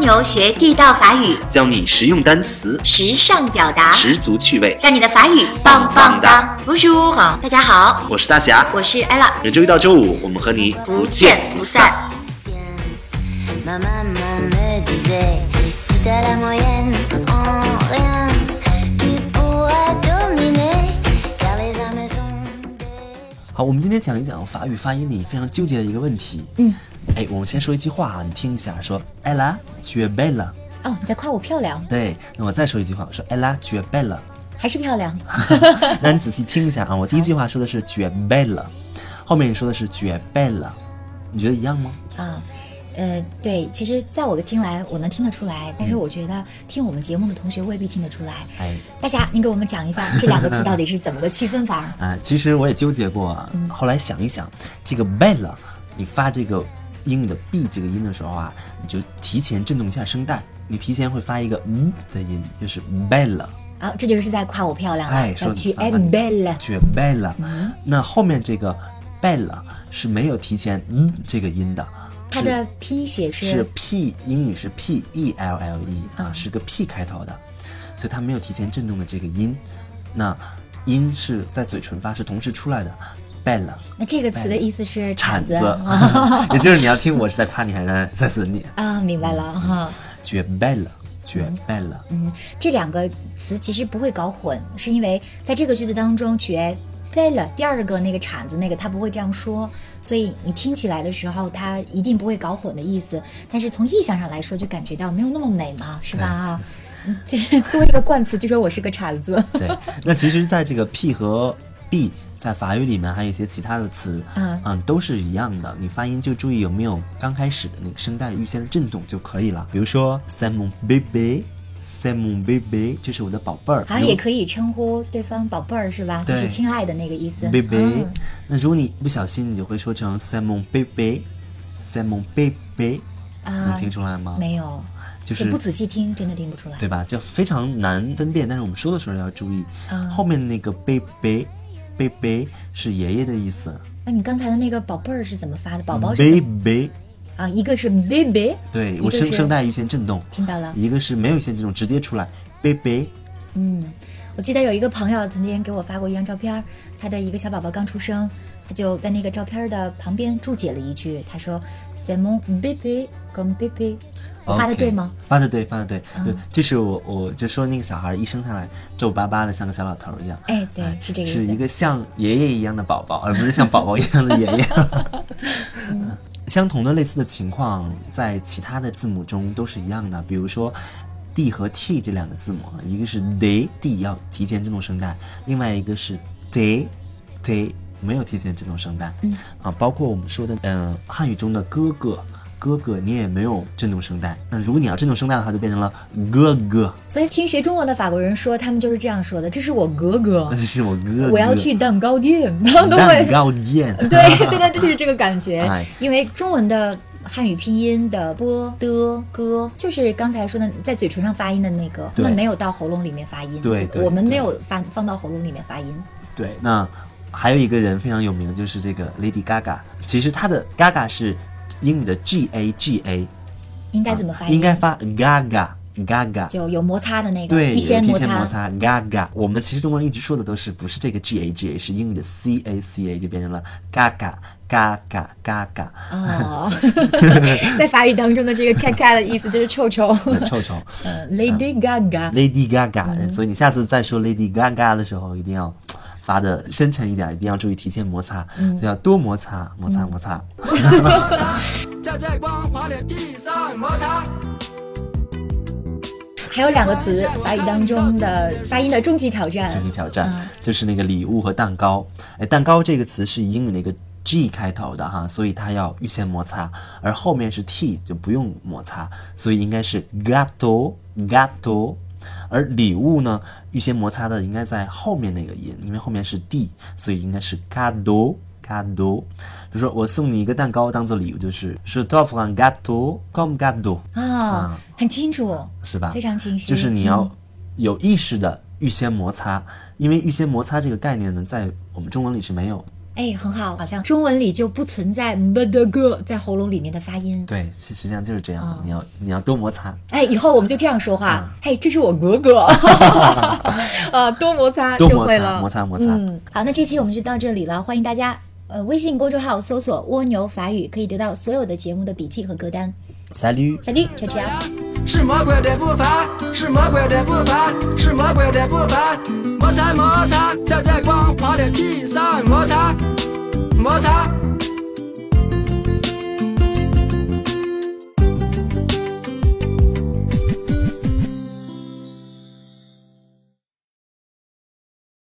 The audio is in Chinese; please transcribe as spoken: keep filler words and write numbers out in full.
牛学地道法语， 教你实用单词， 时尚表达， 十足趣味， 让你的法语棒棒哒。Bonjour，大家好， 我是大侠， 我是 Ella。 每周一到周五，我们和你不见不散。好，我们今天讲一讲法语发音里非常纠结的一个问题。 嗯， 哎，我们先说一句话啊，你听一下，说 Ella tu es belle。 哦，你在夸我漂亮。 对，那我再说一句话，我说 Ella tu es belle， 还是漂亮。 那你仔细听一下啊，我第一句话说的是 tu es belle， 后面你说的是 tu es belle， 你觉得一样吗？ 啊。呃，对，其实在我的听来，我能听得出来，但是我觉得听我们节目的同学未必听得出来。哎，大侠，你给我们讲一下这两个词到底是怎么个区分法？ 啊，其实我也纠结过啊，嗯、后来想一想，这个 belle， 你发这个英语的 b 这个音的时候啊，你就提前震动一下声带，你提前会发一个嗯的音，就是 belle。 啊，这就是在夸我漂亮了。 哎，说 tu es belle，tu es belle。那后面这个 belle 是没有提前嗯这个音的。 它的拼写是是 P， 英语是 P E L L E 啊，是个 P 开头的，所以它没有提前震动的这个音。那音是在嘴唇发，是同时出来的 belle。 那这个词的意思是铲子， 铲子也就是你要听我是在夸你还是在损你啊？明白了哈。 tu es belle， tu es belle。 嗯，这两个词其实不会搞混，是因为在这个句子当中tu es belle， 第二个那个铲子那个他不会这样说，所以你听起来的时候他一定不会搞混的意思，但是从意象上来说就感觉到没有那么美嘛，是吧？就是多一个冠词就说我是个铲子。 对，那其实在这个 P 和 B 在法语里面还有一些其他的词，嗯嗯，都是一样的，你发音就注意有没有刚开始的那个声带预先的震动就可以了。比如说 c'est mon bébé，C'est mon bébé， 这是我的宝贝儿， 好像也可以称呼对方宝贝儿是吧？就是亲爱的那个意思。 bébé，、嗯、那如果你不小心，你就会说成 c'est mon bébé，C'est mon bébé，、啊、能听出来吗？ 没有， 就是不仔细听真的听不出来， 对吧？就非常难分辨，但是我们说的时候要注意，嗯、后面的那个 bébé，bébé 是爷爷的意思。 那你刚才的那个宝贝儿是怎么发的？宝宝是 bébé。 啊，一个是 baby， 对，我声声带预先震动， 听到了。 一个是没有预先震动，直接出来 baby。 嗯，我记得有一个朋友曾经给我发过一张照片，他的一个小宝宝刚出生，他就在那个照片的旁边注解了一句，他说 c'est mon bébé comme bébé。我发的对吗？ Okay， 发的对，发的对。嗯、对，这是我我就说那个小孩一生下来皱巴巴的，像个小老头一样。 哎，对，哎、是这个意思。 是一个像爷爷一样的宝宝，而不是像宝宝一样的爷爷。嗯相同的类似的情况在其他的字母中都是一样的，比如说 D 和 T 这两个字母，一个是 D D 要提前震动声带，另外一个是 T T 没有提前震动声带。嗯啊，包括我们说的嗯、呃、汉语中的哥哥哥哥你也没有震动声带，那如果你要震动声带的话就变成了哥哥。 所以听学中文的法国人说他们就是这样说的，这是我哥哥， 这是我哥哥， 我要去蛋糕店， 蛋糕店。 对对对，就是这个感觉。哎、因为中文的汉语拼音的波的哥就是刚才说的在嘴唇上发音的那个，他们没有到喉咙里面发音。 对对， 我们没有发放到喉咙里面发音。 对，那还有一个人非常有名，就是这个 Lady Gaga。其实他的 Gaga 是英语的 G A G A， 应该怎么发音？ 应该发 Gaga Gaga， 就有摩擦的那个， 对， 预先摩擦。 提前摩擦 Gaga。我们其实中国人一直说的都是不是这个 G A G A， 是英语的 C A C A， 就变成了 Gaga Gaga Gaga。 哦，在法语当中的这个 Gaga 的意思就是臭臭， 臭臭。 呃 ，Lady Gaga，Lady Gaga，、嗯、所以你下次再说 Lady Gaga 的时候，一定要发的深沉一点，一定要注意提前摩擦，嗯、就要多摩擦，摩擦，摩擦。 在在光滑的地上摩擦。还有两个词，法语当中的发音的终极挑战。 终极挑战、嗯、就是那个礼物和蛋糕。哎，蛋糕这个词是以英语那个 G 开头的哈，所以它要预先摩擦，而后面是 T 就不用摩擦，所以应该是 gâteau gâteau。而礼物呢，预先摩擦的应该在后面那个音，因为后面是 D， 所以应该是 cadeau cadeau。比如说我送你一个蛋糕当做礼物，就是 je t'offre un gâteau comme cadeau。 啊、哦嗯，很清楚， 是吧？ 非常清晰。 就是你要有意识的预先摩擦，嗯、因为预先摩擦这个概念呢，在我们中文里是没有。 哎，很好，好像中文里就不存在 b 的个在喉咙里面的发音。 对，实实际上就是这样， 哦、 你要你要多摩擦。 哎，以后我们就这样说话。 嗯、 嘿，这是我哥哥，啊，多摩擦就会了， 摩擦摩擦。 嗯，好，那这期我们就到这里了，欢迎大家呃微信公众号搜索蜗牛法语，可以得到所有的节目的笔记和歌单。 Salut Salut， 就这样。 是魔鬼的步伐，是魔鬼的步伐，是魔鬼的步伐，摩擦摩擦，在在光滑的地上摩擦摩擦。